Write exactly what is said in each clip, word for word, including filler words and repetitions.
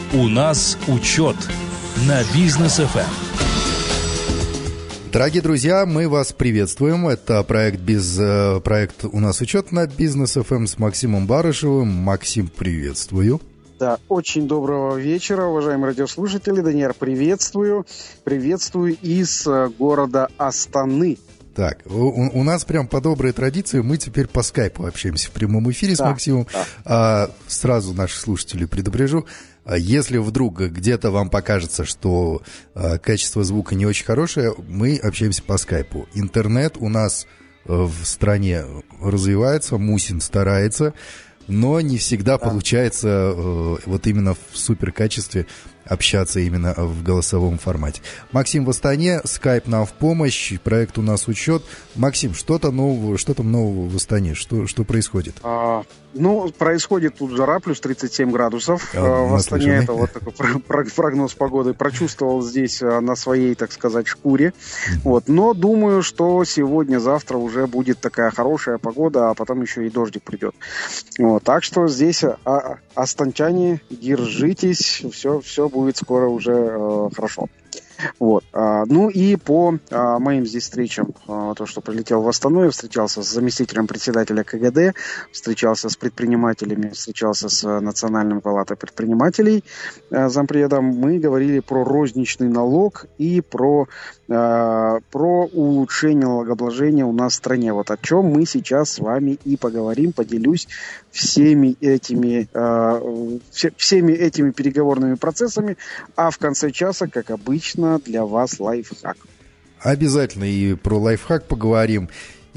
У нас учет на Бизнес эф эм. Дорогие друзья, мы вас приветствуем. Это проект, без, проект «У нас учет» на Бизнес эф эм с Максимом Барышевым. Максим, приветствую. Да, очень доброго вечера, уважаемые радиослушатели. Даниэль, приветствую. Приветствую из города Астаны. Так, у, у нас прям по доброй традиции мы теперь по скайпу общаемся в прямом эфире да, с Максимом. Да. А, сразу наших слушателей предупрежу. Если вдруг где-то вам покажется, что а, качество звука не очень хорошее, мы общаемся по скайпу. Интернет у нас в стране развивается, Мусин старается, но не всегда да. получается э, вот именно в суперкачестве общаться именно в голосовом формате. Максим в Астане, скайп нам в помощь, проект «У нас учет». Максим, что-то нового, что там нового в Астане? Что, что происходит? А, ну, происходит тут жара, плюс тридцать семь градусов. А, в Астане слышали? Это вот такой прогноз погоды. Прочувствовал здесь на своей, так сказать, шкуре. Mm-hmm. Вот. Но думаю, что сегодня-завтра уже будет такая хорошая погода, а потом еще и дождик придет. Вот. Так что здесь, а, астанчане, держитесь, все, все будет скоро уже э, хорошо. Вот. А, ну и по а, моим здесь встречам, а, то, что прилетел в Астану, я встречался с заместителем председателя ка гэ дэ, встречался с предпринимателями, встречался с Национальной палатой предпринимателей, а, зампредом. Мы говорили про розничный налог и про, а, про улучшение налогообложения у нас в стране. Вот о чем мы сейчас с вами и поговорим, поделюсь всеми этими, а, все, всеми этими переговорными процессами, а в конце часа, как обычно, для вас лайфхак. Обязательно и про лайфхак поговорим,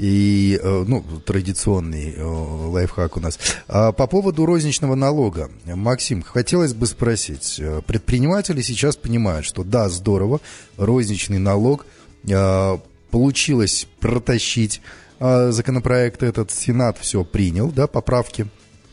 и, ну, традиционный лайфхак у нас. А по поводу розничного налога, Максим, хотелось бы спросить, предприниматели сейчас понимают, что да, здорово, розничный налог, получилось протащить законопроект этот, Сенат все принял, да, поправки.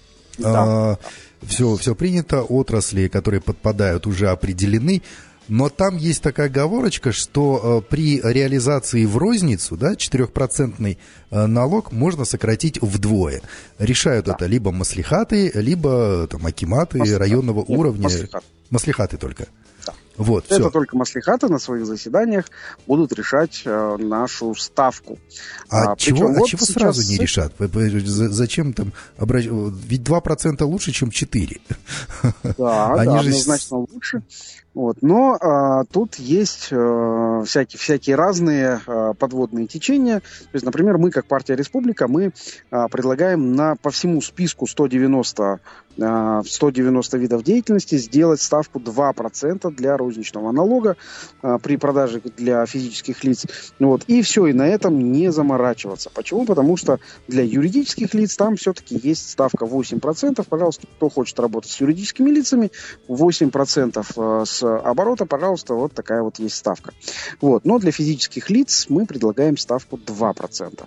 Да. Все, все принято, отрасли, которые подпадают, уже определены. Но там есть такая оговорочка, что э, при реализации в розницу, да, четырехпроцентный э, налог можно сократить вдвое. Решают да. это либо маслихаты, либо там, акиматы маслихаты. районного Нет, уровня. Маслихаты. маслихаты только. Да. Вот, это все. только маслихаты на своих заседаниях будут решать э, нашу ставку. А, а чего, а вот чего сразу не решат? Зачем там обращ... Ведь два процента лучше, чем четыре процента. Да, Они да же... однозначно лучше. Вот. Но а, тут есть а, всякие, всякие разные а, подводные течения. То есть, например, мы, как партия «Республика», мы а, предлагаем на, по всему списку сто девяносто, а, сто девяносто видов деятельности сделать ставку два процента для розничного налога а, при продаже для физических лиц. Вот. И все, и на этом не заморачиваться. Почему? Потому что для юридических лиц там все-таки есть ставка восемь процентов. Пожалуйста, кто хочет работать с юридическими лицами, восемь процентов с оборота, пожалуйста, вот такая вот есть ставка. Вот. Но для физических лиц мы предлагаем ставку два процента.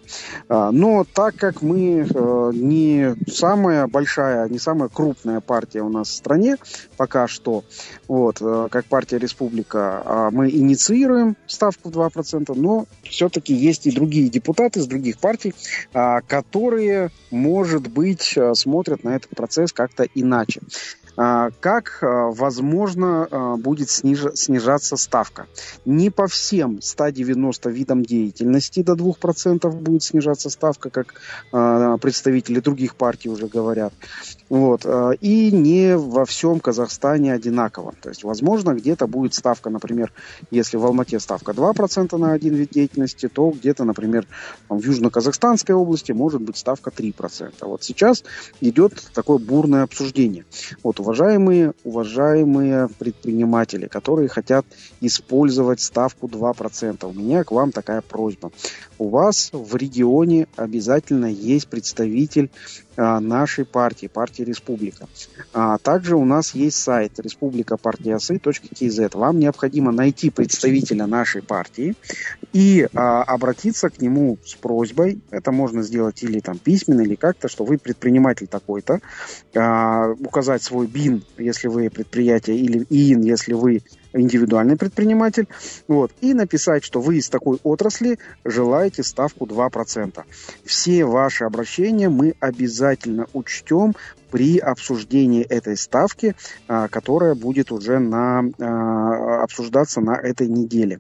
Но так как мы не самая большая, не самая крупная партия у нас в стране пока что, вот, как партия «Республика», мы инициируем ставку в два процента, но все-таки есть и другие депутаты с других партий, которые, может быть, смотрят на этот процесс как-то иначе. Как, возможно, будет сниж... снижаться ставка. Не по всем ста девяноста видам деятельности до двух процентов будет снижаться ставка, как представители других партий уже говорят. Вот. И не во всем Казахстане одинаково. То есть, возможно, где-то будет ставка, например, если в Алмате ставка два процента на один вид деятельности, то где-то, например, в Южно-Казахстанской области может быть ставка три процента. Вот сейчас идет такое бурное обсуждение. Вот, уважаемые, уважаемые предприниматели, которые хотят использовать ставку два процента, у меня к вам такая просьба. У вас в регионе обязательно есть представитель а, нашей партии, партии «Республика». А также у нас есть сайт республика партия асы точка кей зет. Вам необходимо найти представителя нашей партии и а, обратиться к нему с просьбой. Это можно сделать или там письменно, или как-то, что вы предприниматель такой-то, а, указать свой БИН, если вы предприятие, или ИИН, если вы индивидуальный предприниматель, вот, и написать, что вы из такой отрасли желаете ставку два процента. Все ваши обращения мы обязательно учтем при обсуждении этой ставки, которая будет уже на, обсуждаться на этой неделе.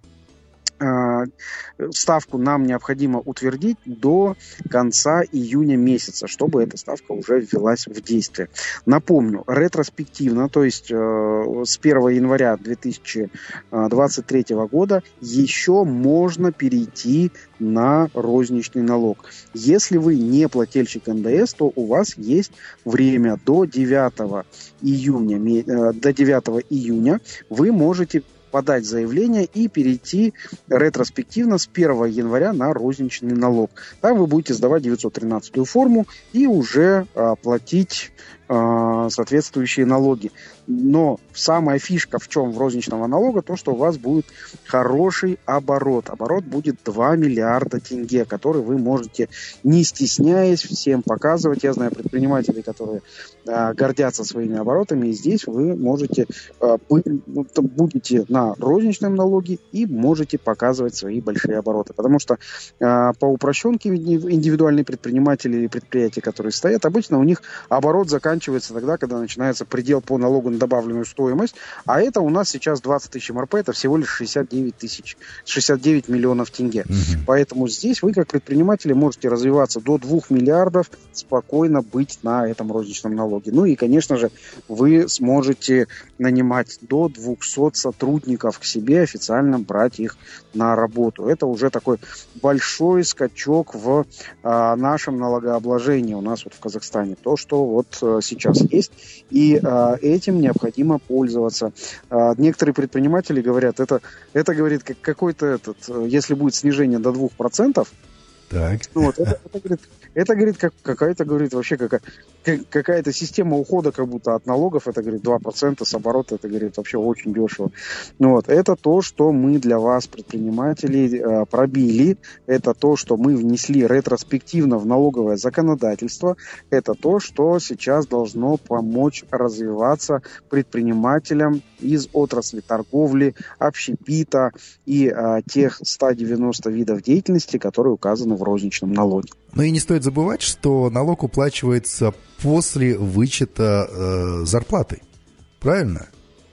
Ставку нам необходимо утвердить до конца июня месяца, чтобы эта ставка уже ввелась в действие. Напомню, ретроспективно, то есть э, с первого января две тысячи двадцать третьего года еще можно перейти на розничный налог. Если вы не плательщик эн дэ эс, то у вас есть время до девятого июня, э, до девятого июня вы можете подать заявление и перейти ретроспективно с первого января на розничный налог. Там вы будете сдавать девятьсот тринадцатую форму и уже а, платить а, соответствующие налоги. Но самая фишка в чем в розничного налога, то, что у вас будет хороший оборот. Оборот будет два миллиарда тенге, который вы можете, не стесняясь, всем показывать. Я знаю предпринимателей, которые а, гордятся своими оборотами, и здесь вы можете, а, быть, будете на розничном налоге и можете показывать свои большие обороты. Потому что а, по упрощенке индивидуальные предприниматели или предприятия, которые стоят, обычно у них оборот заканчивается тогда, когда начинается предел по налогу на добавленную стоимость, а это у нас сейчас двадцать тысяч эм эр пэ, это всего лишь шестьдесят девять тысяч, шестьдесят девять миллионов тенге. Mm-hmm. Поэтому здесь вы, как предприниматели, можете развиваться до двух миллиардов, спокойно быть на этом розничном налоге. Ну и, конечно же, вы сможете нанимать до двухсот сотрудников к себе, официально брать их на работу. Это уже такой большой скачок в а, нашем налогообложении у нас вот в Казахстане. То, что вот а, сейчас есть. И а, этим необходимо пользоваться. А, некоторые предприниматели говорят, это, это говорит, как какой-то этот, если будет снижение до двух процентов, так. Ну, вот, это, это, говорит, это, говорит, как, какая-то, говорит, вообще какая, какая-то система ухода как будто от налогов, это, говорит, два процента с оборота, это, говорит, вообще очень дешево. Ну, вот, это то, что мы для вас, предпринимателей, э, пробили, это то, что мы внесли ретроспективно в налоговое законодательство, это то, что сейчас должно помочь развиваться предпринимателям из отрасли торговли, общепита и э, тех ста девяноста видов деятельности, которые указаны в розничном налоге. Ну и не стоит забывать, что налог уплачивается после вычета э, зарплаты. Правильно?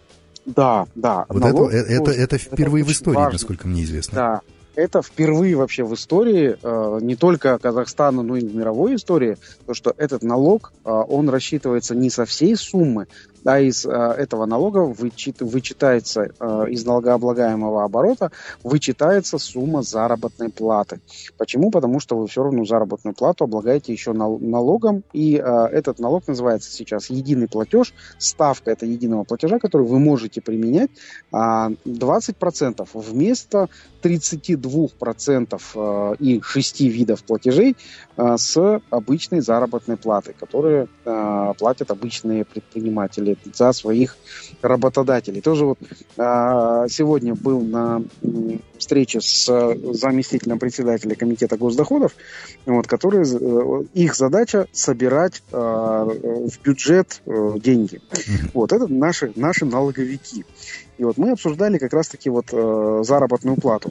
Да, да. Вот это, это, это впервые это в истории, важно. Насколько мне известно. Да. Это впервые вообще в истории, э, не только Казахстана, но и в мировой истории, то, что этот налог, э, он рассчитывается не со всей суммы, а из э, этого налога вычит, вычитается, э, из налогооблагаемого оборота, вычитается сумма заработной платы. Почему? Потому что вы все равно заработную плату облагаете еще нал- налогом, и э, этот налог называется сейчас единый платеж, ставка этого единого платежа, который вы можете применять, э, двадцать процентов вместо тридцать два процента и шести видов платежей с обычной заработной платой, которые платят обычные предприниматели за своих работодателей. Тоже вот сегодня был на встрече с заместителем председателя комитета госдоходов, вот, которые, их задача собирать в бюджет деньги. Вот, это наши, наши налоговики. И вот мы обсуждали как раз-таки вот э, заработную плату.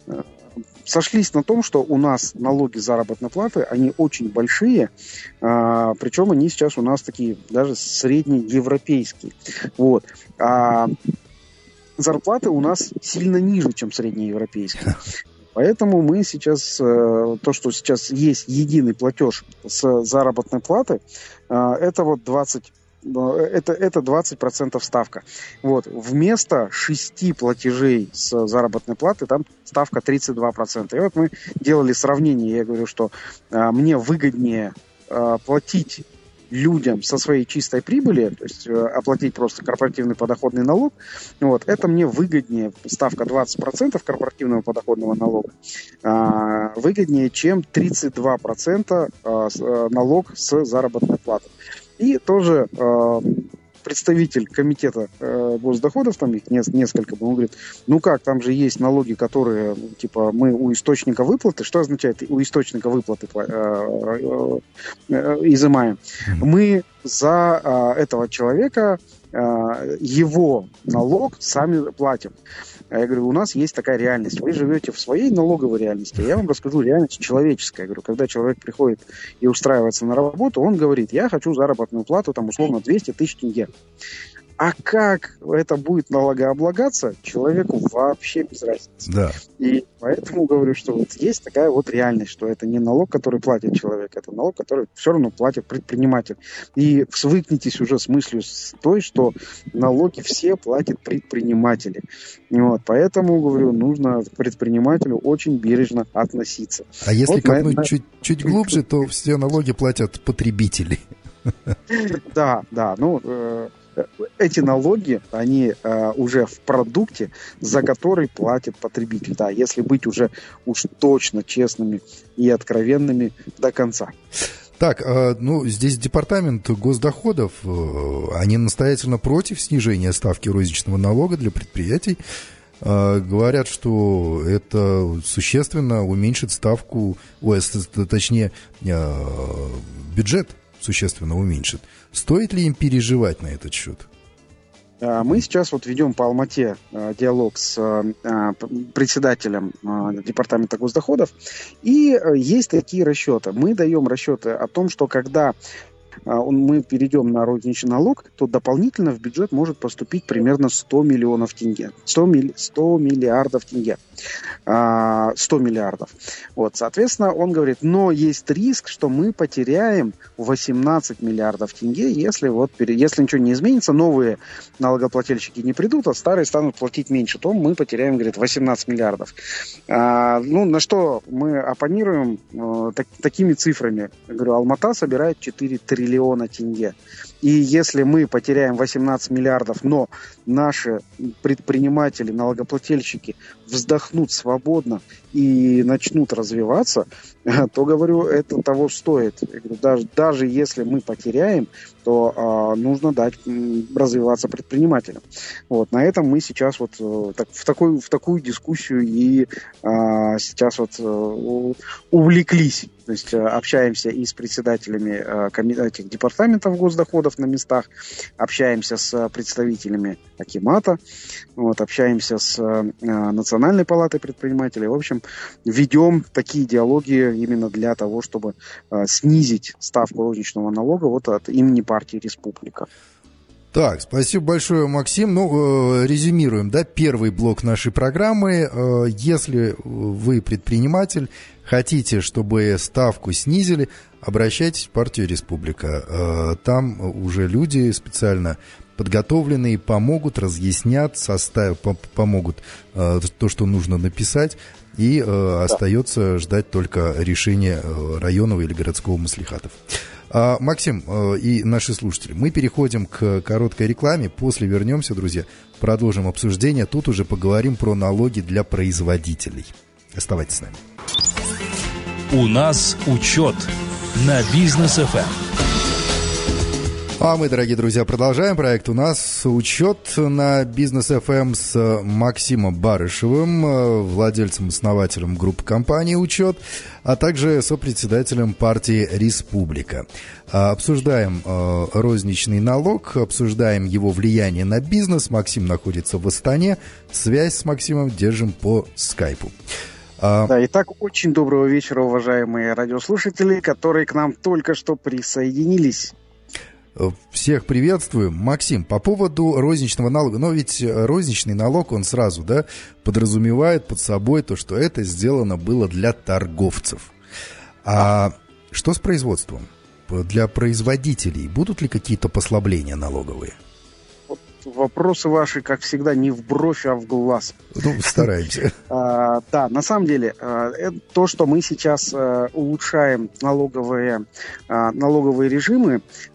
Сошлись на том, что у нас налоги заработной платы, они очень большие, э, причем они сейчас у нас такие даже среднеевропейские. Вот. А зарплаты у нас сильно ниже, чем среднеевропейские. Поэтому мы сейчас, э, то, что сейчас есть единый платеж с заработной платы, э, это вот двадцать Это, это двадцать процентов ставка. Вот. Вместо шести платежей с заработной платы там ставка тридцать два процента. И вот мы делали сравнение. Я говорю, что а, мне выгоднее а, платить людям со своей чистой прибыли, то есть э, оплатить просто корпоративный подоходный налог, вот, это мне выгоднее, ставка двадцать процентов корпоративного подоходного налога, э, выгоднее, чем тридцать два процента э, налог с заработной платы. И тоже э, представитель комитета э, госдоходов, там их не, несколько, он говорит, ну как, там же есть налоги, которые, типа, мы у источника выплаты, что означает у источника выплаты э, э, э, изымаем? Мы за э, этого человека э, его налог сами платим. Я говорю, у нас есть такая реальность. Вы живете в своей налоговой реальности. Я вам расскажу реальность человеческая. Я говорю, когда человек приходит и устраивается на работу, он говорит, я хочу заработную плату, там, условно, двести тысяч тенге. А как это будет налогооблагаться, человеку вообще без разницы. Да. И поэтому говорю, что вот есть такая вот реальность, что это не налог, который платит человек, это налог, который все равно платит предприниматель. И свыкнитесь уже с мыслью с той, что налоги все платят предприниматели. Вот, поэтому, говорю, нужно к предпринимателю очень бережно относиться. А если вот копнуть на... чуть, чуть глубже, то все налоги платят потребители. Да, да, ну... Э- Эти налоги, они э, уже в продукте, за который платит потребитель. Да, если быть уже уж точно честными и откровенными до конца. Так, э, ну, здесь департамент госдоходов, э, они настоятельно против снижения ставки розничного налога для предприятий. Э, говорят, что это существенно уменьшит ставку, ой, точнее, э, бюджет существенно уменьшит. Стоит ли им переживать на этот счет? Мы сейчас вот ведем по Алмате диалог с председателем департамента госдоходов, и есть такие расчеты. Мы даем расчеты о том, что когда мы перейдем на розничный налог, то дополнительно в бюджет может поступить примерно сто миллионов тенге. сто, милли... сто миллиардов тенге. сто миллиардов. Вот, соответственно, он говорит, но есть риск, что мы потеряем восемнадцать миллиардов тенге, если, вот, если ничего не изменится, новые налогоплательщики не придут, а старые станут платить меньше, то мы потеряем, говорит, восемнадцать миллиардов. А, ну, на что мы оппонируем а, так, такими цифрами. Я говорю, Алмата собирает четыре триллиона тенге. И если мы потеряем восемнадцать миллиардов, но наши предприниматели, налогоплательщики вздохнут свободно и начнут развиваться, то, говорю, это того стоит. Я говорю, даже, даже если мы потеряем, то а, нужно дать м, развиваться предпринимателям. Вот, на этом мы сейчас вот так, в, такой, в такую дискуссию и а, сейчас вот а, увлеклись. То есть общаемся и с председателями а, этих департаментов госдоходов на местах, общаемся с представителями Акимата, вот, общаемся с а, Национальной палатой предпринимателей. В общем, ведем такие диалоги именно для того, чтобы а, снизить ставку розничного налога вот от имени партии «Республика». Так, спасибо большое, Максим. Ну, э, резюмируем, да, первый блок нашей программы. Э, если вы предприниматель, хотите, чтобы ставку снизили, обращайтесь в партию «Республика». Э, там уже люди специально подготовленные помогут, разъяснят, состав, помогут э, то, что нужно написать, и э, да. остается ждать только решения районного или городского маслихатов. А, Максим э, и наши слушатели, мы переходим к короткой рекламе, после вернемся, друзья, продолжим обсуждение, тут уже поговорим про налоги для производителей. Оставайтесь с нами. У нас учет на Бизнес эф эм. А мы, дорогие друзья, продолжаем проект. У нас учет на Бизнес эф эм с Максимом Барышевым, владельцем, основателем группы компании «Учет», а также сопредседателем партии «Республика». Обсуждаем э, розничный налог, обсуждаем его влияние на бизнес. Максим находится в Астане. Связь с Максимом держим по скайпу. Да, итак, очень доброго вечера, уважаемые радиослушатели, которые к нам только что присоединились. Всех приветствую. Максим, по поводу розничного налога, но ведь розничный налог, он сразу, да, подразумевает под собой то, что это сделано было для торговцев. А, а что с производством? Для производителей будут ли какие-то послабления налоговые? Вопросы ваши, как всегда, не в бровь, а в глаз. Ну, стараемся. А, да, на самом деле, а, это то, что мы сейчас а, улучшаем налоговые, а, налоговые режимы,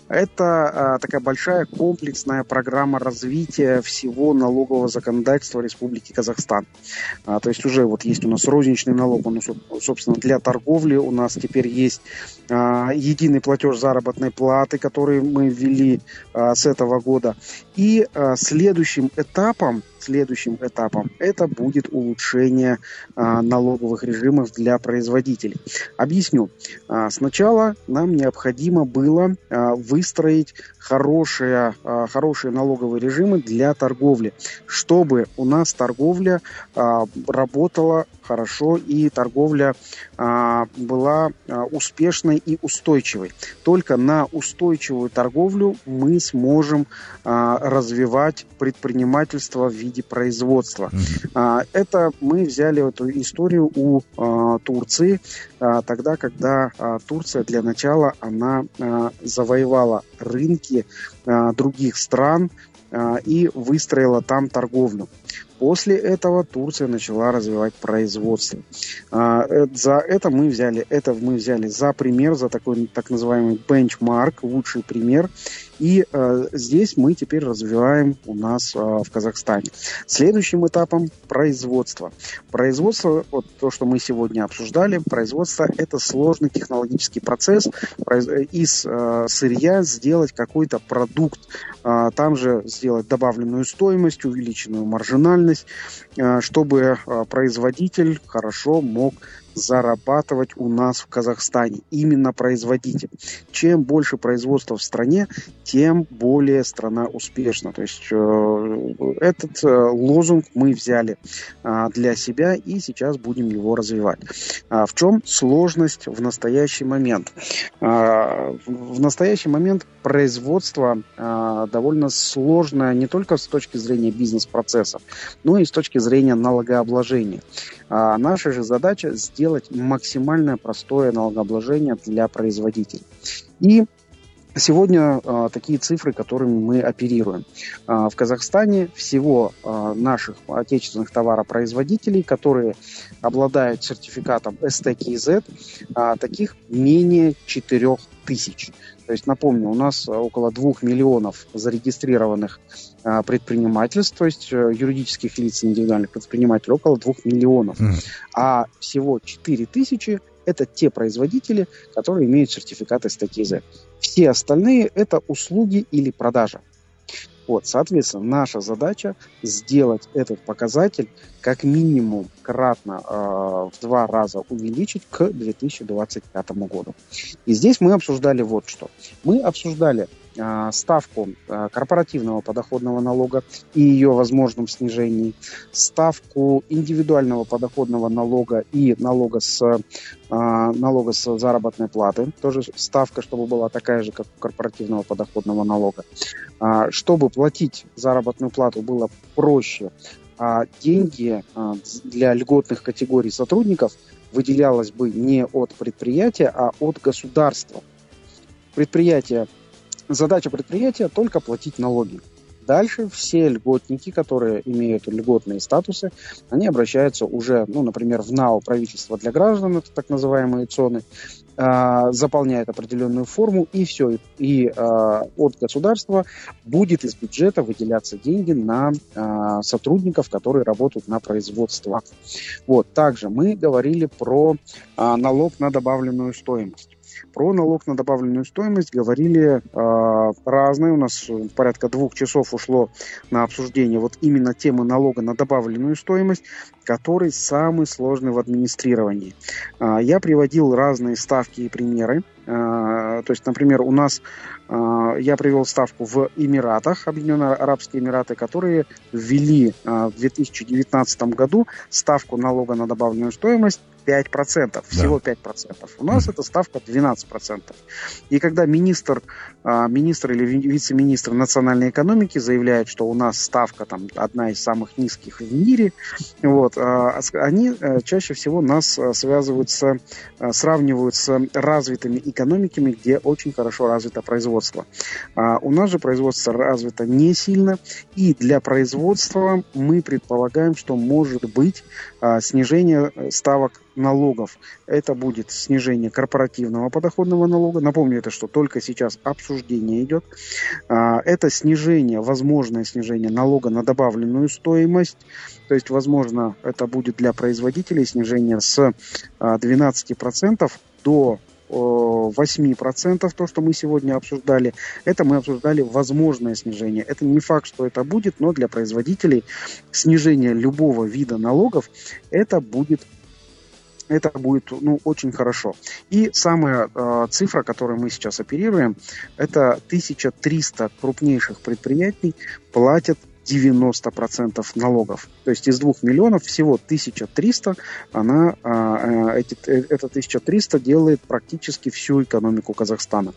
Это а, такая большая комплексная программа развития всего налогового законодательства Республики Казахстан. А, то есть уже вот есть у нас розничный налог, он, собственно, для торговли. У нас теперь есть а, единый платеж заработной платы, который мы ввели а, с этого года. И а, следующим этапом, следующим этапом это будет улучшение а, налоговых режимов для производителей. Объясню. А, сначала нам необходимо было а, выстроить хорошие, а, хорошие налоговые режимы для торговли, чтобы у нас торговля а, работала хорошо и торговля а, была а, успешной и устойчивой. Только на устойчивую торговлю мы сможем а, развивать предпринимательство в виде производства. Mm-hmm. А, это мы взяли эту историю у а, Турции, а, тогда, когда а, Турция для начала она а, завоевала рынки а, других стран а, и выстроила там торговлю. После этого Турция начала развивать производство. А, за это мы взяли, это мы взяли за пример, за такой так называемый бенчмарк, лучший пример. И а, здесь мы теперь развиваем у нас а, в Казахстане. Следующим этапом производство. Производство, вот то, что мы сегодня обсуждали, производство – это сложный технологический процесс. Из а, сырья сделать какой-то продукт, а, там же сделать добавленную стоимость, увеличенную маржинальность, чтобы производитель хорошо мог зарабатывать у нас в Казахстане. Именно производитель. Чем больше производства в стране, тем более страна успешна. То есть э, этот э, лозунг мы взяли э, для себя и сейчас будем его развивать. А в чем сложность в настоящий момент? Э, в настоящий момент производство э, довольно сложное не только с точки зрения бизнес-процессов, но и с точки зрения налогообложения. А наша же задача сделать максимально простое налогообложение для производителей. И сегодня а, такие цифры, которыми мы оперируем. А, в Казахстане всего а, наших отечественных товаропроизводителей, которые обладают сертификатом эс тэ ка зет, а, таких менее четырех тысяч. То есть, напомню, у нас около двух миллионов зарегистрированных а, предпринимательств, то есть юридических лиц, индивидуальных предпринимателей, около двух миллионов. Mm. А всего четыре тысячи – это те производители, которые имеют сертификат эс тэ ка зет. Все остальные – это услуги или продажа. Вот, соответственно, наша задача сделать этот показатель как минимум кратно э, в два раза увеличить к две тысячи двадцать пятому году. И здесь мы обсуждали вот что. Мы обсуждали э, ставку э, корпоративного подоходного налога и ее возможном снижении, ставку индивидуального подоходного налога и налога с, э, налога с заработной платы, тоже ставка, чтобы была такая же, как у корпоративного подоходного налога. Э, чтобы платить заработную плату было проще, а деньги а, для льготных категорий сотрудников выделялось бы не от предприятия, а от государства. Предприятие, задача предприятия только платить налоги. Дальше все льготники, которые имеют льготные статусы, они обращаются уже, ну, например, в НАО правительства для граждан, это так называемые ЦОНы, э, заполняют определенную форму, и все. И, и э, от государства будет из бюджета выделяться деньги на э, сотрудников, которые работают на производствах. Вот. Также мы говорили про э, налог на добавленную стоимость. Про налог на добавленную стоимость говорили э, разные. У нас порядка двух часов ушло на обсуждение вот именно темы налога на добавленную стоимость, который самый сложный в администрировании. Э, я приводил разные ставки и примеры. Э, то есть, например, у нас э, я привел ставку в Эмиратах, Объединенные Арабские Эмираты, которые ввели э, в две тысячи девятнадцатом году ставку налога на добавленную стоимость пять процентов, всего да. пять процентов. У нас mm-hmm. эта ставка двенадцать процентов. И когда министр, министр или вице-министр национальной экономики заявляет, что у нас ставка там одна из самых низких в мире, вот, они чаще всего нас связывают с, сравнивают с развитыми экономиками, где очень хорошо развито производство. У нас же производство развито не сильно, и для производства мы предполагаем, что может быть снижение ставок налогов. Это будет снижение корпоративного подоходного налога. Напомню, это что только сейчас обсуждение идет. Это снижение, возможное снижение налога на добавленную стоимость. То есть, возможно, это будет для производителей снижение с двенадцати процентов до восемь процентов, то, что мы сегодня обсуждали, это мы обсуждали возможное снижение. Это не факт, что это будет, но для производителей снижение любого вида налогов, это будет, это будет ну, очень хорошо. И самая э, цифра, которой мы сейчас оперируем, это тысяча триста крупнейших предприятий платят девяносто процентов налогов. То есть из двух миллионов всего тысяча триста, она, а, эти, это тысяча триста делает практически всю экономику Казахстана.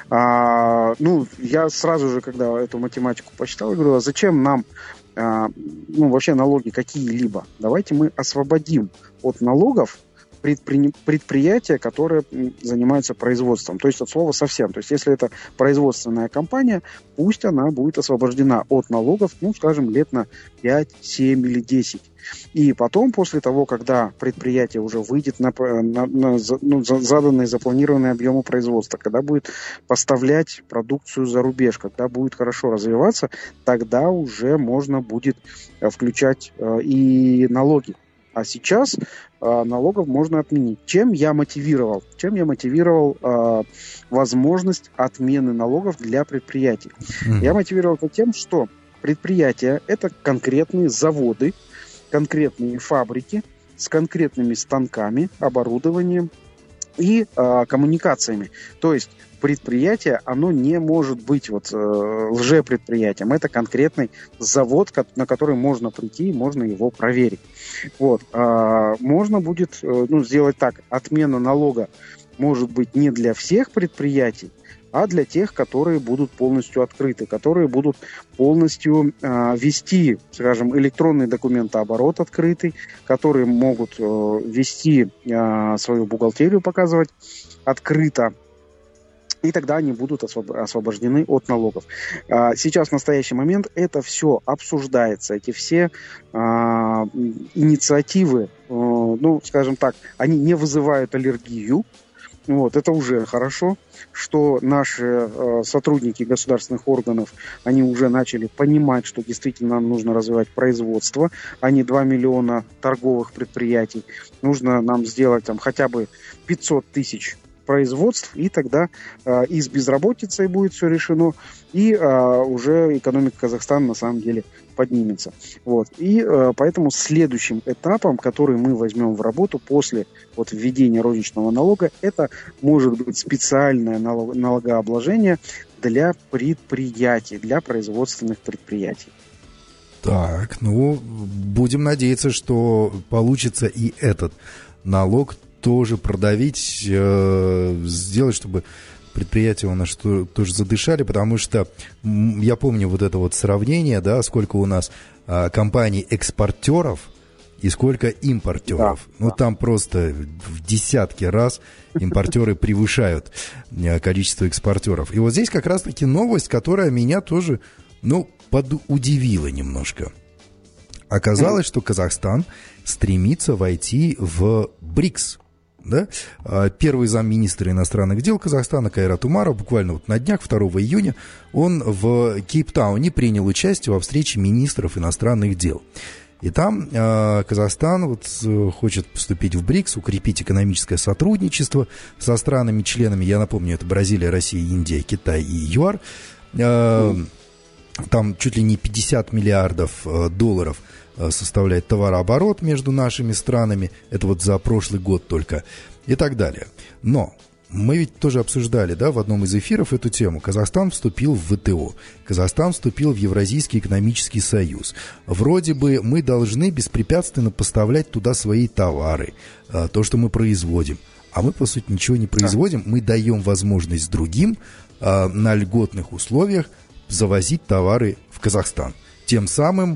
А, ну, я сразу же, когда эту математику почитал, говорю, а зачем нам а, ну, вообще налоги какие-либо? Давайте мы освободим от налогов Предпри... предприятия, которые занимаются производством. То есть от слова совсем. То есть если это производственная компания, пусть она будет освобождена от налогов, ну, скажем, лет на пять, семь или десять. И потом, после того, когда предприятие уже выйдет на, на, на ну, заданные, запланированные объемы производства, когда будет поставлять продукцию за рубеж, когда будет хорошо развиваться, тогда уже можно будет включать э, и налоги. А сейчас э, налогов можно отменить. Чем я мотивировал? Чем я мотивировал э, возможность отмены налогов для предприятий? Mm-hmm. Я мотивировал это тем, что предприятия – это конкретные заводы, конкретные фабрики с конкретными станками, оборудованием и э, коммуникациями. То есть предприятие, оно не может быть вот, э, лжепредприятием. Это конкретный завод, на который можно прийти, можно его проверить. Вот. А, можно будет э, ну, сделать так. Отмена налога может быть не для всех предприятий, а для тех, которые будут полностью открыты, которые будут полностью э, вести, скажем, электронный документооборот открытый, которые могут э, вести э, свою бухгалтерию, показывать открыто. И тогда они будут освобождены от налогов. Сейчас, в настоящий момент, это все обсуждается. Эти все а, инициативы, а, ну, скажем так, они не вызывают аллергию. Вот, это уже хорошо, что наши а, сотрудники государственных органов, они уже начали понимать, что действительно нам нужно развивать производство, а не два миллиона торговых предприятий. Нужно нам сделать там хотя бы пятьсот тысяч производств, и тогда э, и с безработицей будет все решено, и э, уже экономика Казахстана на самом деле поднимется. Вот. И э, поэтому следующим этапом, который мы возьмем в работу после вот, введения розничного налога, это может быть специальное налог, налогообложение для предприятий, для производственных предприятий. Так, ну, будем надеяться, что получится и этот налог тоже продавить, э, сделать, чтобы предприятия у нас что, тоже задышали, потому что я помню вот это вот сравнение, да, сколько у нас э, компаний-экспортеров и сколько импортеров. Да, ну, да. Там просто в десятки раз импортеры превышают э, количество экспортеров. И вот здесь как раз-таки новость, которая меня тоже, ну, подудивила немножко. Оказалось, что Казахстан стремится войти в БРИКС. Да? Первый замминистра иностранных дел Казахстана Кайрат Умаров буквально вот на днях, второго июня, он в Кейптауне принял участие во встрече министров иностранных дел. И там э, Казахстан вот, хочет вступить в БРИКС, укрепить экономическое сотрудничество со странами-членами. Я напомню, это Бразилия, Россия, Индия, Китай и ЮАР. Э, там чуть ли не пятьдесят миллиардов долларов составляет товарооборот между нашими странами. Это вот за прошлый год только. И так далее. Но мы ведь тоже обсуждали, да, в одном из эфиров эту тему. Казахстан вступил в ВТО. Казахстан вступил в Евразийский экономический союз. Вроде бы мы должны беспрепятственно поставлять туда свои товары, то, что мы производим. А мы, по сути, ничего не производим. Мы даем возможность другим на льготных условиях завозить товары в Казахстан. Тем самым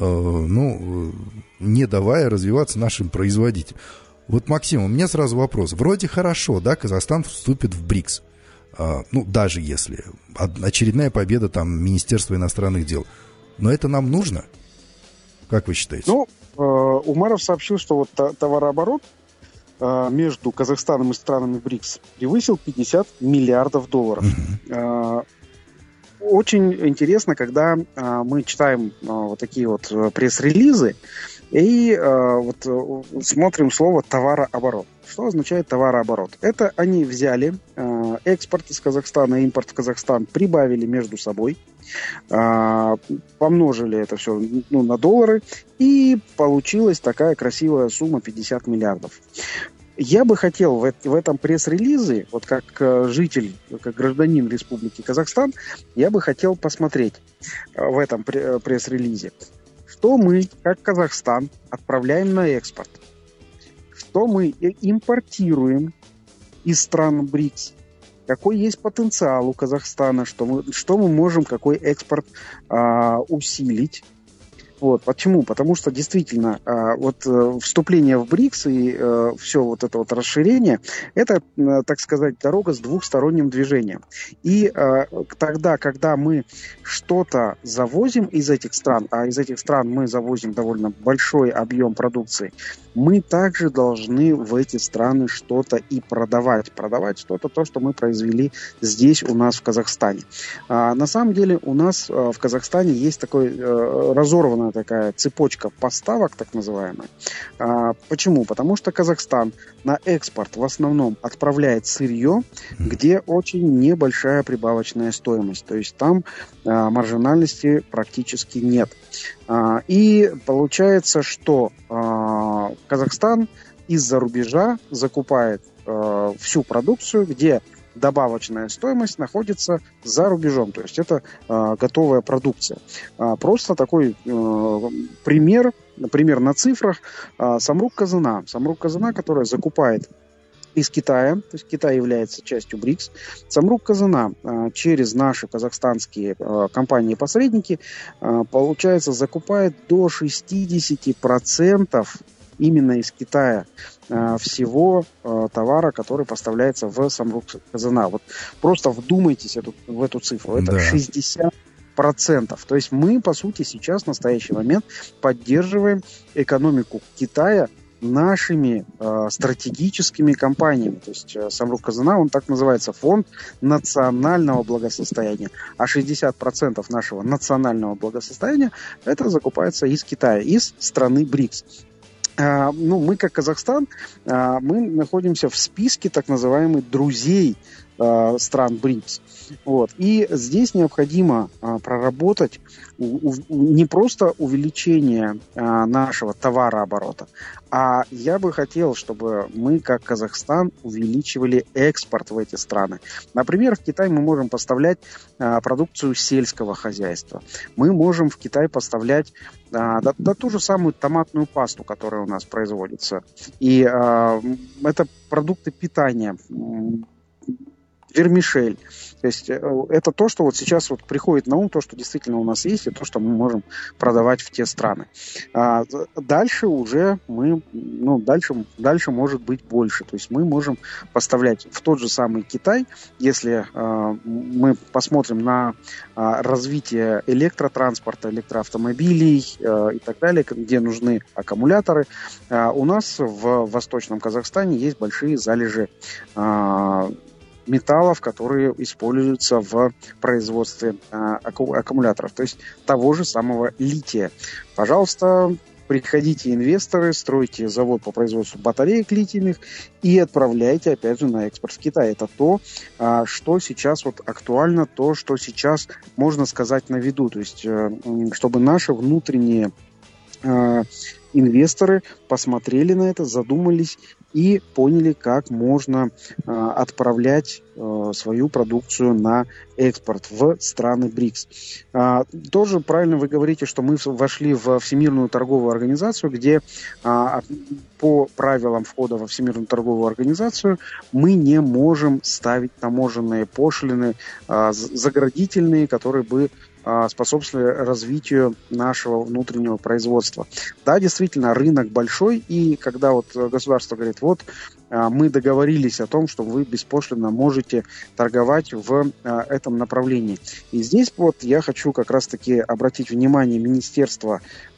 ну, не давая развиваться нашим производителям. Вот, Максим, у меня сразу вопрос. Вроде хорошо, да, Казахстан вступит в БРИКС. А, ну, даже если очередная победа там Министерства иностранных дел. Но это нам нужно? Как вы считаете? Ну, э, Умаров сообщил, что вот товарооборот между Казахстаном и странами БРИКС превысил пятьдесят миллиардов долларов. Mm-hmm. Очень интересно, когда мы читаем вот такие вот пресс-релизы и вот смотрим слово «товарооборот». Что означает товарооборот? Это они взяли экспорт из Казахстана, импорт в Казахстан, прибавили между собой, помножили это все ну, на доллары, и получилась такая красивая сумма пятьдесят миллиардов. Я бы хотел в, в этом пресс-релизе, вот как житель, как гражданин Республики Казахстан, я бы хотел посмотреть в этом пресс-релизе, что мы, как Казахстан, отправляем на экспорт, что мы импортируем из стран БРИКС, какой есть потенциал у Казахстана, что мы, что мы можем, какой экспорт а, усилить. Вот. Почему? Потому что действительно а, вот а, вступление в БРИКС и а, все вот это вот расширение, это, а, так сказать, дорога с двухсторонним движением. И а, тогда, когда мы что-то завозим из этих стран, а из этих стран мы завозим довольно большой объем продукции, мы также должны в эти страны что-то и продавать. Продавать что-то, то, что мы произвели здесь у нас в Казахстане. А, на самом деле у нас а, в Казахстане есть такой а, разорванная такая цепочка поставок, так называемая. А, почему? Потому что Казахстан на экспорт в основном отправляет сырье, где очень небольшая прибавочная стоимость. То есть там а, маржинальности практически нет. А, и получается, что а, Казахстан из-за рубежа закупает э, всю продукцию, где добавочная стоимость находится за рубежом. То есть это э, готовая продукция. А, просто такой э, пример, например, на цифрах. Э, Самрук-Казына. Самрук-Казына, которая закупает из Китая, то есть Китай является частью БРИКС. Самрук-Казына э, через наши казахстанские э, компании-посредники, э, получается, закупает до шестьдесят процентов именно из Китая э, всего э, товара, который поставляется в Самрук-Казына. Вот просто вдумайтесь эту, в эту цифру. Это да. шестьдесят процентов. То есть мы, по сути, сейчас в настоящий момент поддерживаем экономику Китая нашими э, стратегическими компаниями. То есть э, Самрук-Казына, он так называется, фонд национального благосостояния. А шестьдесят процентов нашего национального благосостояния это закупается из Китая, из страны БРИКС. Uh, ну, мы, как Казахстан, uh, мы находимся в списке так называемых друзей uh, стран БРИКС. Вот. И здесь необходимо uh, проработать у, у, не просто увеличение uh, нашего товарооборота, а я бы хотел, чтобы мы, как Казахстан, увеличивали экспорт в эти страны. Например, в Китай мы можем поставлять uh, продукцию сельского хозяйства. Мы можем в Китай поставлять uh, да, да, ту же самую томатную пасту, которая у нас производится. И uh, это продукты питания, вермишель. То есть это то, что вот сейчас вот приходит на ум, то, что действительно у нас есть, и то, что мы можем продавать в те страны. А дальше уже мы, ну, дальше, дальше может быть больше. То есть мы можем поставлять в тот же самый Китай, если а, мы посмотрим на а, развитие электротранспорта, электроавтомобилей а, и так далее, где нужны аккумуляторы. А, у нас в Восточном Казахстане есть большие залежи а, металлов, которые используются в производстве а, акку- аккумуляторов, то есть того же самого лития. Пожалуйста, приходите, инвесторы, стройте завод по производству батареек литийных и отправляйте, опять же, на экспорт в Китай. Это то, а, что сейчас вот актуально, то, что сейчас можно сказать на виду, то есть чтобы наши внутренние а, инвесторы посмотрели на это, задумались и поняли, как можно э, отправлять э, свою продукцию на экспорт в страны БРИКС. А, тоже правильно вы говорите, что мы вошли в Всемирную торговую организацию, где а, по правилам входа во Всемирную торговую организацию мы не можем ставить таможенные пошлины а, заградительные, которые бы способствовали развитию нашего внутреннего производства. Да, действительно, рынок большой, и когда вот государство говорит, вот мы договорились о том, что вы беспошлинно можете торговать в этом направлении. И здесь вот я хочу как раз-таки обратить внимание Министерства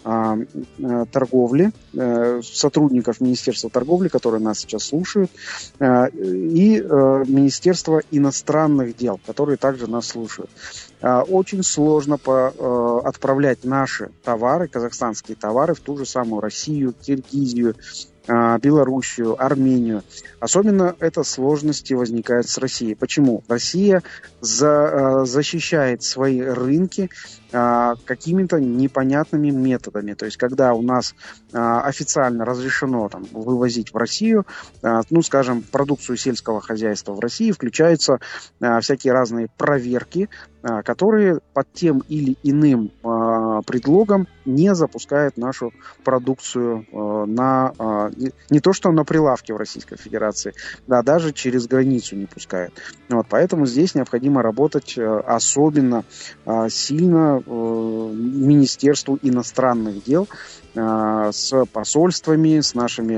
торговли, сотрудников Министерства торговли, которые нас сейчас слушают, и Министерства иностранных дел, которые также нас слушают. Очень сложно по, отправлять наши товары, казахстанские товары, в ту же самую Россию, Киргизию, Белоруссию, Армению. Особенно это сложности возникают с Россией. Почему? Россия за, защищает свои рынки какими-то непонятными методами. То есть, когда у нас официально разрешено там, вывозить в Россию, ну, скажем, продукцию сельского хозяйства в России, включаются всякие разные проверки, которые под тем или иным предлогом не запускают нашу продукцию на не то что на прилавке в Российской Федерации, да, даже через границу не пускают. Вот, поэтому здесь необходимо работать особенно сильно Министерству иностранных дел с посольствами, с нашими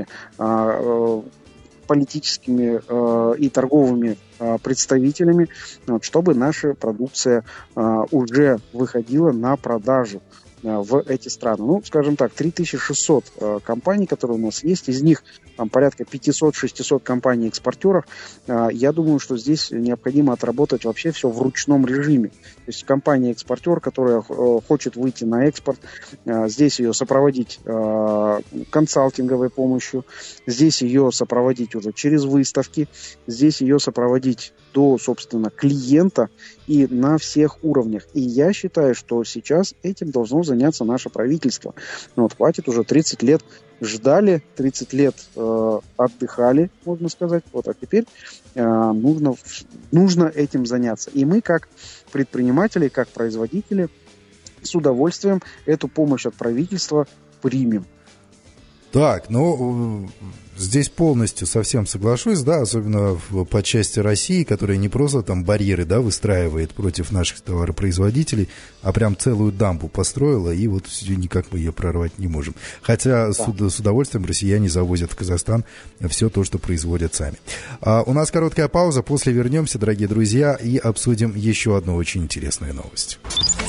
политическими э, и торговыми э, представителями, вот, чтобы наша продукция э, уже выходила на продажу э, в эти страны. Ну, скажем так, три тысячи шестьсот э, компаний, которые у нас есть, из них там, порядка пятьсот-шестьсот компаний-экспортеров. Э, я думаю, что здесь необходимо отработать вообще все в ручном режиме. То есть компания-экспортер, которая э, хочет выйти на экспорт, э, здесь ее сопроводить э, консалтинговой помощью, здесь ее сопроводить уже через выставки, здесь ее сопроводить до, собственно, клиента и на всех уровнях. И я считаю, что сейчас этим должно заняться наше правительство. Вот, хватит уже тридцать лет ждали, тридцать лет э, отдыхали, можно сказать. Вот, а теперь э, нужно, нужно этим заняться. И мы, как предприниматели, как производители, с удовольствием эту помощь от правительства примем. Так, ну, здесь полностью совсем соглашусь, да, особенно в, по части России, которая не просто там барьеры, да, выстраивает против наших товаропроизводителей, а прям целую дамбу построила, и вот никак мы ее прорвать не можем. Хотя да. с, с удовольствием россияне завозят в Казахстан все то, что производят сами. А, у нас короткая пауза, после вернемся, дорогие друзья, и обсудим еще одну очень интересную новость.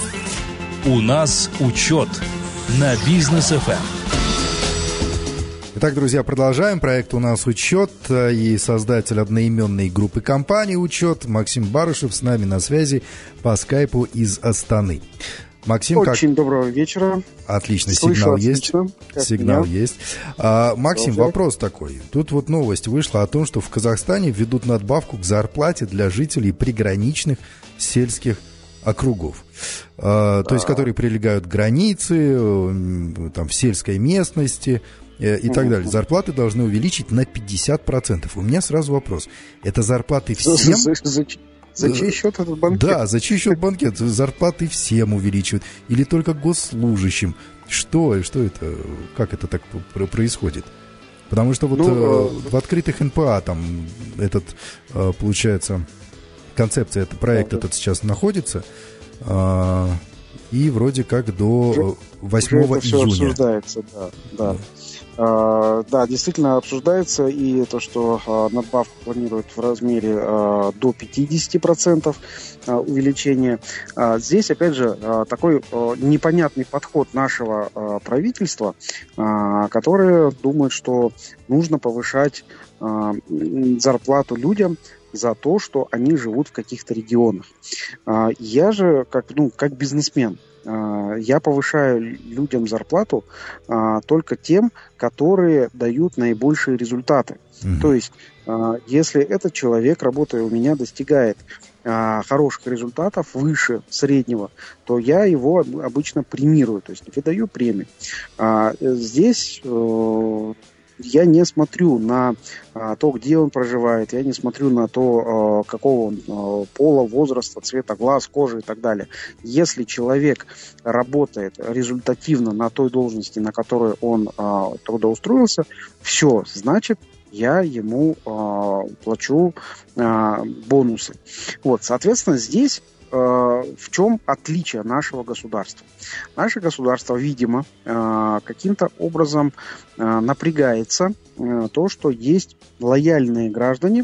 У нас учет на Бизнес эф эм. Итак, друзья, продолжаем. Проект «У нас учет» и создатель одноименной группы компаний «Учет» Максим Барышев с нами на связи по скайпу из Астаны. Максим, очень как... доброго вечера. Отлично, Слышу сигнал отлично. есть. Сигнал меня. есть. А, Максим, Продолжай. Вопрос такой. Тут вот новость вышла о том, что в Казахстане введут надбавку к зарплате для жителей приграничных сельских округов, а, то есть которые прилегают к границе, там, в сельской местности и так далее. Зарплаты должны увеличить на пятьдесят процентов. У меня сразу вопрос. Это зарплаты всем? За, за, за, за чей счет этот банкет? Да, за чей счет банкет? Зарплаты всем увеличивают? Или только госслужащим? Что? Что это? Как это так происходит? Потому что вот ну, э, в открытых эн пэ а там этот, э, получается, концепция, этот проект да, этот сейчас находится, э, и вроде как до восьмого июня. Все обсуждается, да, да. Uh, да, действительно обсуждается, и то, что uh, надбавку планируют в размере uh, до пятьдесят процентов uh, увеличения. Uh, здесь, опять же, uh, такой uh, непонятный подход нашего uh, правительства, uh, которое думает, что нужно повышать uh, зарплату людям за то, что они живут в каких-то регионах. Uh, я же, как, ну, как бизнесмен, я повышаю людям зарплату а, только тем, которые дают наибольшие результаты. Mm-hmm. То есть, а, если этот человек, работая у меня, достигает а, хороших результатов выше среднего, то я его обычно премирую, то есть выдаю премию. А, здесь... А, я не смотрю на а, то, где он проживает, я не смотрю на то, а, какого он а, пола, возраста, цвета глаз, кожи и так далее. Если человек работает результативно на той должности, на которой он а, трудоустроился, все, значит, я ему а, плачу а, бонусы. Вот, соответственно, здесь в чем отличие нашего государства? Наше государство, видимо, каким-то образом напрягается то, что есть лояльные граждане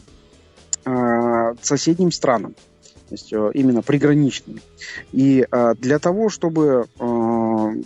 соседним странам, то есть именно приграничные. И для того, чтобы, ну,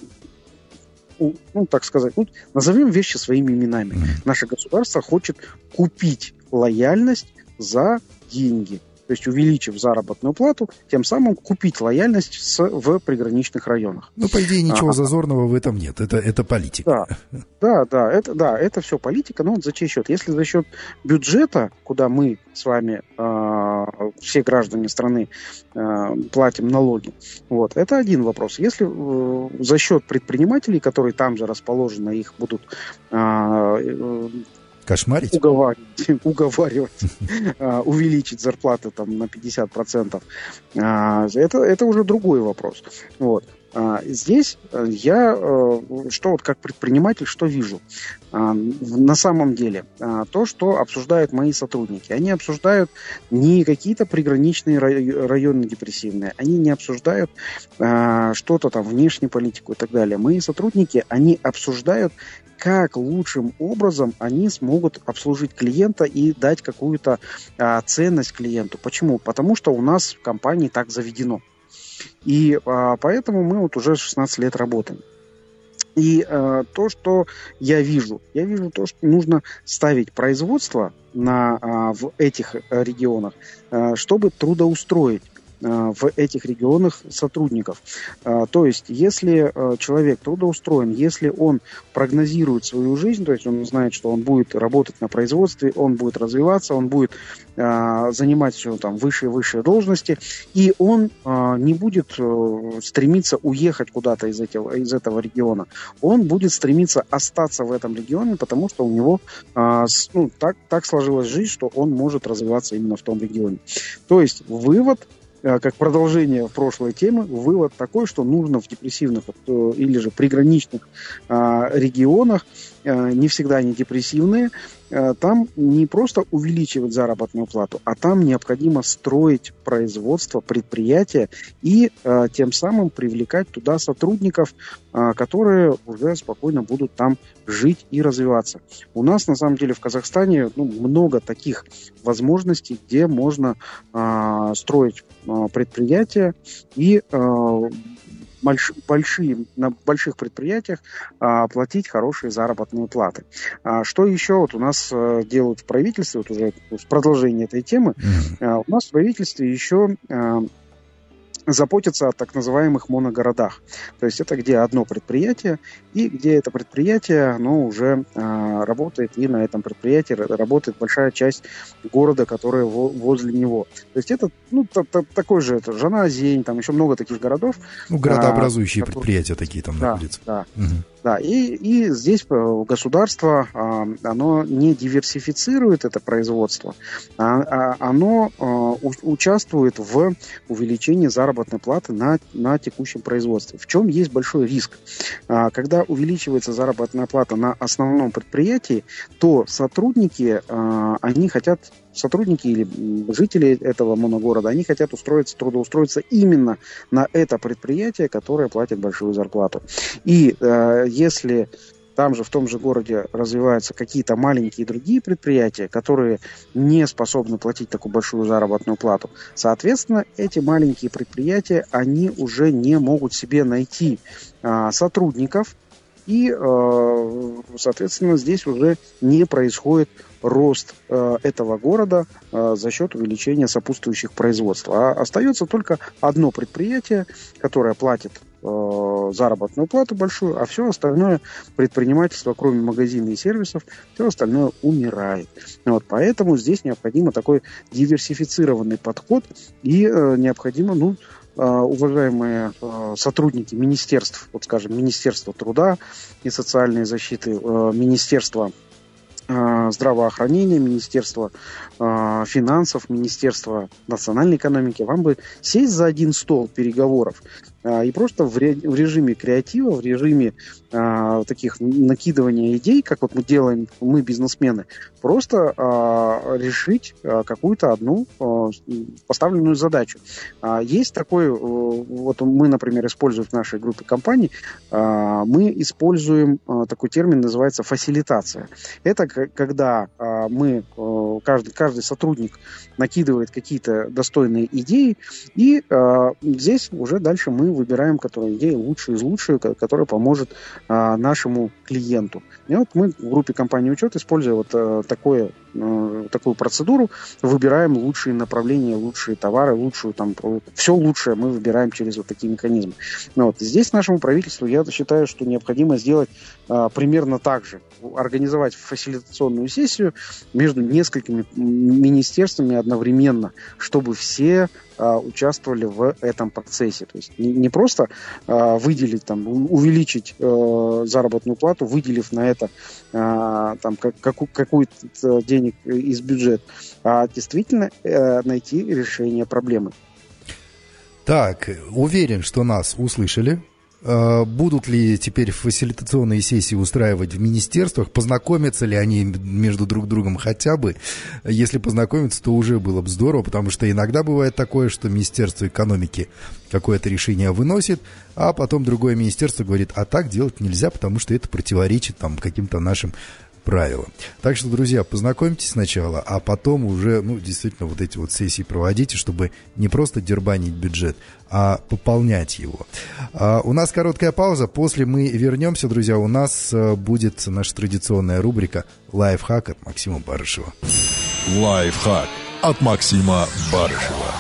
так сказать, ну, назовем вещи своими именами, наше государство хочет купить лояльность за деньги. То есть увеличив заработную плату, тем самым купить лояльность с, в приграничных районах. Ну, по идее, ничего а, зазорного в этом нет. Это, это политика. Да, да, да, это, да, это все политика, но вот за чей счет? Если за счет бюджета, куда мы с вами, э, все граждане страны, э, платим налоги, вот, это один вопрос. Если э, за счет предпринимателей, которые там же расположены, их будут... Э, э, Кошмарить? Уговаривать, уговаривать увеличить зарплаты там, на пятьдесят процентов. Это, это уже другой вопрос. Вот. Здесь я, что вот как предприниматель, что вижу? На самом деле, то, что обсуждают мои сотрудники, они обсуждают не какие-то приграничные районы депрессивные, они не обсуждают что-то там, внешнюю политику и так далее. Мои сотрудники, они обсуждают, как лучшим образом они смогут обслужить клиента и дать какую-то а, ценность клиенту. Почему? Потому что у нас в компании так заведено. И а, поэтому мы вот уже шестнадцать лет работаем. И а, то, что я вижу, я вижу то, что нужно ставить производство на, а, в этих регионах, а, чтобы трудоустроить в этих регионах сотрудников. То есть, если человек трудоустроен, если он прогнозирует свою жизнь, то есть он знает, что он будет работать на производстве, он будет развиваться, он будет занимать все там высшие и высшие должности, и он не будет стремиться уехать куда-то из этого, из этого региона. Он будет стремиться остаться в этом регионе, потому что у него ну, так, так сложилась жизнь, что он может развиваться именно в том регионе. То есть, вывод, как продолжение прошлой темы, вывод такой, что нужно в депрессивных или же приграничных регионах, не всегда они депрессивные, там не просто увеличивать заработную плату, а там необходимо строить производство, предприятия и тем самым привлекать туда сотрудников, которые уже спокойно будут там жить и развиваться. У нас на самом деле в Казахстане ну, много таких возможностей, где можно а, строить а, предприятия и а, больш, большие, на больших предприятиях а, платить хорошие заработные платы. А, что еще вот у нас а, делают в правительстве, вот уже в продолжении этой темы, mm-hmm. а, у нас в правительстве еще... А, заботиться о так называемых моногородах. То есть это где одно предприятие, и где это предприятие, оно уже а, работает, и на этом предприятии работает большая часть города, которая во, возле него. То есть это ну, та, та, такой же, это Жаназень, там еще много таких городов. Ну, городообразующие а, предприятия которые... такие там да, находятся. Да, угу. Да, и, и здесь государство, а, оно не диверсифицирует это производство, а, а оно а, у, участвует в увеличении заработной платы на, на текущем производстве. В чем есть большой риск? А, когда увеличивается заработная плата на основном предприятии, то сотрудники, а, они хотят... сотрудники или жители этого моногорода, они хотят устроиться, трудоустроиться именно на это предприятие, которое платит большую зарплату. И э, если там же, в том же городе развиваются какие-то маленькие другие предприятия, которые не способны платить такую большую заработную плату, соответственно, эти маленькие предприятия, они уже не могут себе найти э, сотрудников, и, э, соответственно, здесь уже не происходит рост э, этого города э, за счет увеличения сопутствующих производств. А остается только одно предприятие, которое платит э, заработную плату большую, а все остальное предпринимательство, кроме магазинов и сервисов, все остальное умирает. Вот, поэтому здесь необходимо такой диверсифицированный подход и э, необходимо, ну, уважаемые сотрудники министерств, вот скажем, Министерства труда и социальной защиты, Министерства здравоохранения, Министерства финансов, Министерства национальной экономики, вам бы сесть за один стол переговоров и просто в режиме креатива, в режиме а, таких накидывания идей, как вот мы делаем, мы, бизнесмены, просто а, решить а, какую-то одну а, поставленную задачу. А, есть такой, а, вот мы, например, используем в нашей группе компаний, а, мы используем а, такой термин, называется фасилитация. Это к- когда а, мы, а, каждый, каждый сотрудник накидывает какие-то достойные идеи, и а, здесь уже дальше мы выбираем, которая идея лучшая из лучших, которая поможет а, нашему клиенту. И вот мы в группе компании «Учет», используя вот а, такое, а, такую процедуру, выбираем лучшие направления, лучшие товары, лучшую там, все лучшее мы выбираем через вот такие механизмы. Но вот здесь нашему правительству, я считаю, что необходимо сделать а, примерно так же. Организовать фасилитационную сессию между несколькими министерствами одновременно, чтобы все а, участвовали в этом процессе. То есть не, не просто а, выделить, там, увеличить а, заработную плату, выделив на это а, там, как, как, какую-то денег из бюджета, а действительно а, найти решение проблемы. Так, уверен, что нас услышали. Будут ли теперь фасилитационные сессии устраивать в министерствах? Познакомятся ли они между друг другом хотя бы? Если познакомятся, то уже было бы здорово, потому что иногда бывает такое, что Министерство экономики какое-то решение выносит, а потом другое министерство говорит, а так делать нельзя, потому что это противоречит там каким-то нашим правила. Так что, друзья, познакомьтесь сначала, а потом уже, ну, действительно, вот эти вот сессии проводите, чтобы не просто дербанить бюджет, а пополнять его. А, у нас короткая пауза, после мы вернемся, друзья, у нас а, будет наша традиционная рубрика «Лайфхак» от Максима Барышева. Лайфхак от Максима Барышева.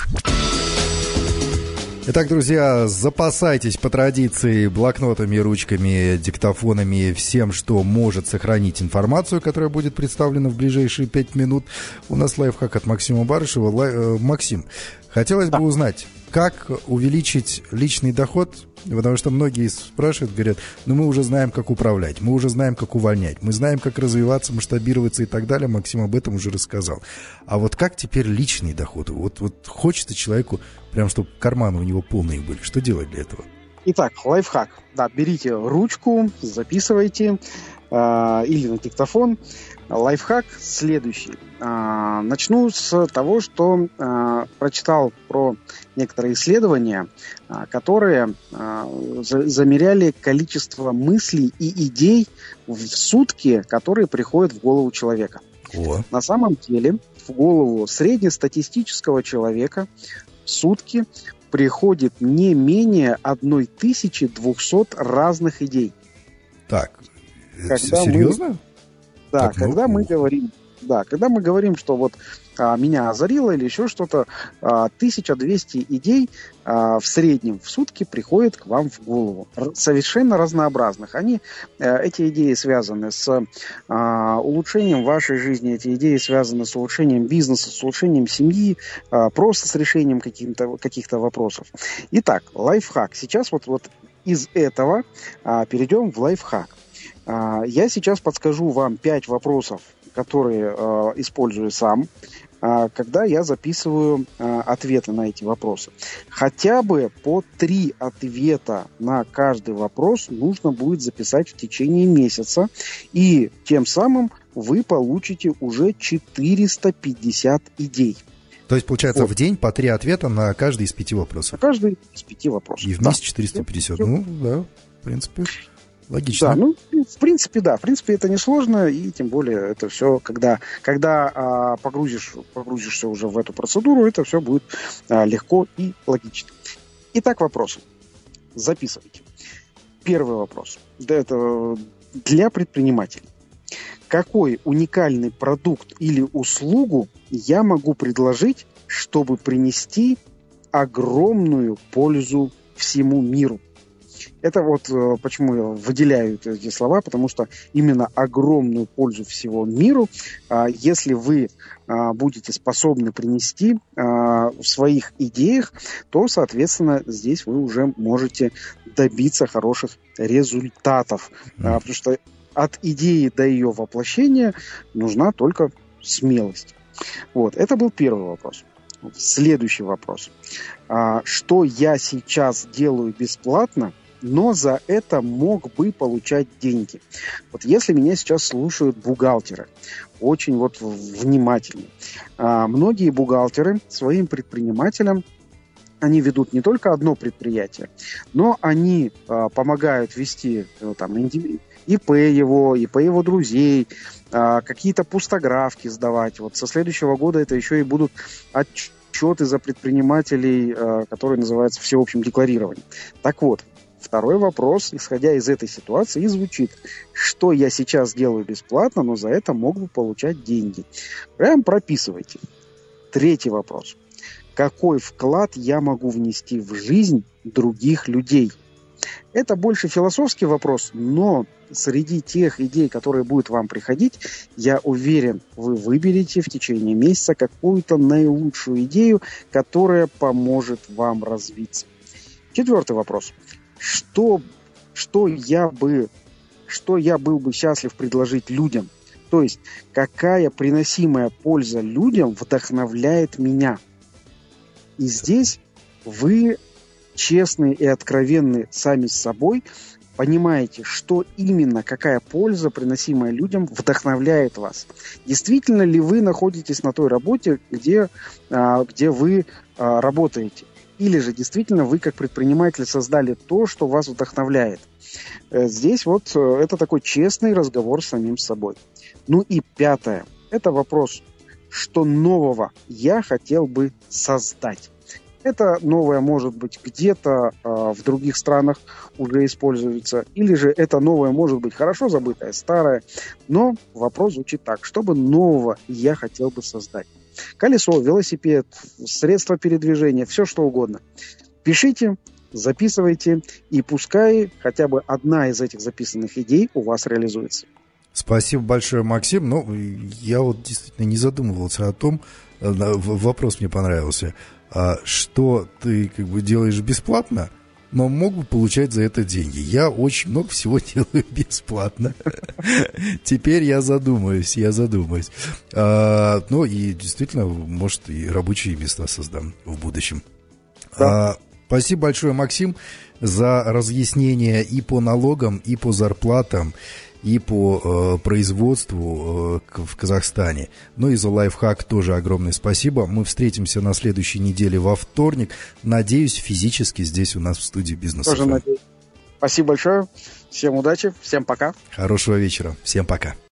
Итак, друзья, запасайтесь по традиции блокнотами, ручками, диктофонами, всем, что может сохранить информацию, которая будет представлена в ближайшие пять минут. У нас лайфхак от Максима Барышева. Лай... Максим, хотелось бы узнать, как увеличить личный доход, потому что многие спрашивают, говорят, ну мы уже знаем, как управлять, мы уже знаем, как увольнять, мы знаем, как развиваться, масштабироваться и так далее. Максим об этом уже рассказал. А вот как теперь личный доход? Вот, вот хочется человеку, прям чтобы карманы у него полные были. Что делать для этого? Итак, лайфхак. Да, берите ручку, записывайте э, или на диктофон. Лайфхак следующий. Э, начну с того, что э, прочитал про некоторые исследования, э, которые э, за, замеряли количество мыслей и идей в сутки, которые приходят в голову человека. О. На самом деле в голову среднестатистического человека в сутки приходит не менее тысяча двести разных идей. Так, когда серьезно? Мы, да, так, когда ну, мы говорим, да, когда мы говорим, что вот а, меня озарило или еще что-то, а, тысяча двести идей а, в среднем в сутки приходит к вам в голову. Р- совершенно разнообразных. Они, а, эти идеи связаны с а, улучшением вашей жизни, эти идеи связаны с улучшением бизнеса, с улучшением семьи, а, просто с решением каких-то, каких-то вопросов. Итак, лайфхак. Сейчас вот, вот из этого а, перейдем в лайфхак. А, я сейчас подскажу вам пять вопросов, которые а, использую сам, а, когда я записываю а, ответы на эти вопросы. Хотя бы по три ответа на каждый вопрос нужно будет записать в течение месяца, и тем самым вы получите уже четыреста пятьдесят идей. То есть, получается, вот. В день по три ответа на каждый из пяти вопросов. На каждый из пяти вопросов. И в месяц да. четыреста пятьдесят. Ну, да, в принципе, логично. Да, ну, в принципе, да. В принципе, это несложно, и тем более это все, когда, когда а, погрузишь, погрузишься уже в эту процедуру, это все будет а, легко и логично. Итак, вопросы. Записывайте. Первый вопрос. Да, это для предпринимателей. Какой уникальный продукт или услугу я могу предложить, чтобы принести огромную пользу всему миру? Это вот э, почему я выделяю эти слова, потому что именно огромную пользу всего миру, э, если вы э, будете способны принести э, в своих идеях, то, соответственно, здесь вы уже можете добиться хороших результатов. Mm. Э, потому что от идеи до ее воплощения нужна только смелость. Вот, это был первый вопрос. следующий вопрос. А, что я сейчас делаю бесплатно, но за это мог бы получать деньги? Вот если меня сейчас слушают бухгалтеры, очень вот внимательно. А, многие бухгалтеры своим предпринимателям, они ведут не только одно предприятие, но они а, помогают вести ну, там, ИП его, ИП его друзей, а, какие-то пустографки сдавать. Вот со следующего года это еще и будут отчеты за предпринимателей, а, которые называются всеобщим декларированием. Так вот, второй вопрос, исходя из этой ситуации, и звучит: что я сейчас делаю бесплатно, но за это мог бы получать деньги? Прям прописывайте. Третий вопрос. Какой вклад я могу внести в жизнь других людей? Это больше философский вопрос, но среди тех идей, которые будут вам приходить, я уверен, вы выберете в течение месяца какую-то наилучшую идею, которая поможет вам развиться. Четвертый вопрос. Что, что, я бы, что я был бы счастлив предложить людям? То есть, какая приносимая польза людям вдохновляет меня? И здесь вы честны и откровенны сами с собой, понимаете, что именно, какая польза, приносимая людям, вдохновляет вас. Действительно ли вы находитесь на той работе, где, где вы работаете? Или же действительно вы, как предприниматель, создали то, что вас вдохновляет? Здесь вот это такой честный разговор с самим собой. Ну и пятое. Это вопрос, что нового я хотел бы создать. Это новое, может быть, где-то э, в других странах уже используется, или же это новое, может быть, хорошо забытое, старое. Но вопрос звучит так: что бы нового я хотел бы создать? Колесо, велосипед, средства передвижения, все что угодно. Пишите, записывайте, и пускай хотя бы одна из этих записанных идей у вас реализуется. Спасибо большое, Максим. Ну, я вот действительно не задумывался о том, вопрос мне понравился, что ты как бы делаешь бесплатно, но мог бы получать за это деньги. Я очень много всего делаю бесплатно. Теперь я задумаюсь, я задумаюсь. А, ну и действительно, может, и рабочие места создам в будущем. Да. А, спасибо большое, Максим, за разъяснение и по налогам, и по зарплатам, и по э, производству э, в Казахстане. Ну и за лайфхак тоже огромное спасибо. Мы встретимся на следующей неделе во вторник. Надеюсь, физически здесь у нас в студии Бизнес эф эм. Спасибо большое. Всем удачи. Всем пока. Хорошего вечера. Всем пока.